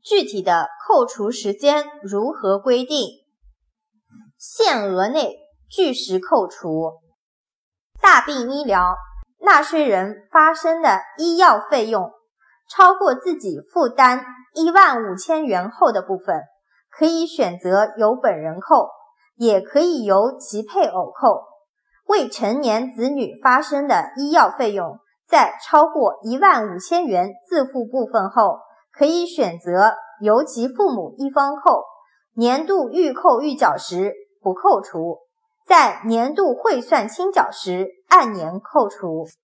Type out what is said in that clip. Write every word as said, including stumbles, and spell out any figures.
具体的扣除时间如何规定？限额内据实扣除。大病医疗，纳税人发生的医药费用超过自己负担一万五千元后的部分，可以选择由本人扣，也可以由其配偶扣。未成年子女发生的医药费用在超过一万五千元自付部分后，可以选择由其父母一方扣，年度预扣预缴时不扣除，在年度汇算清缴时按年扣除。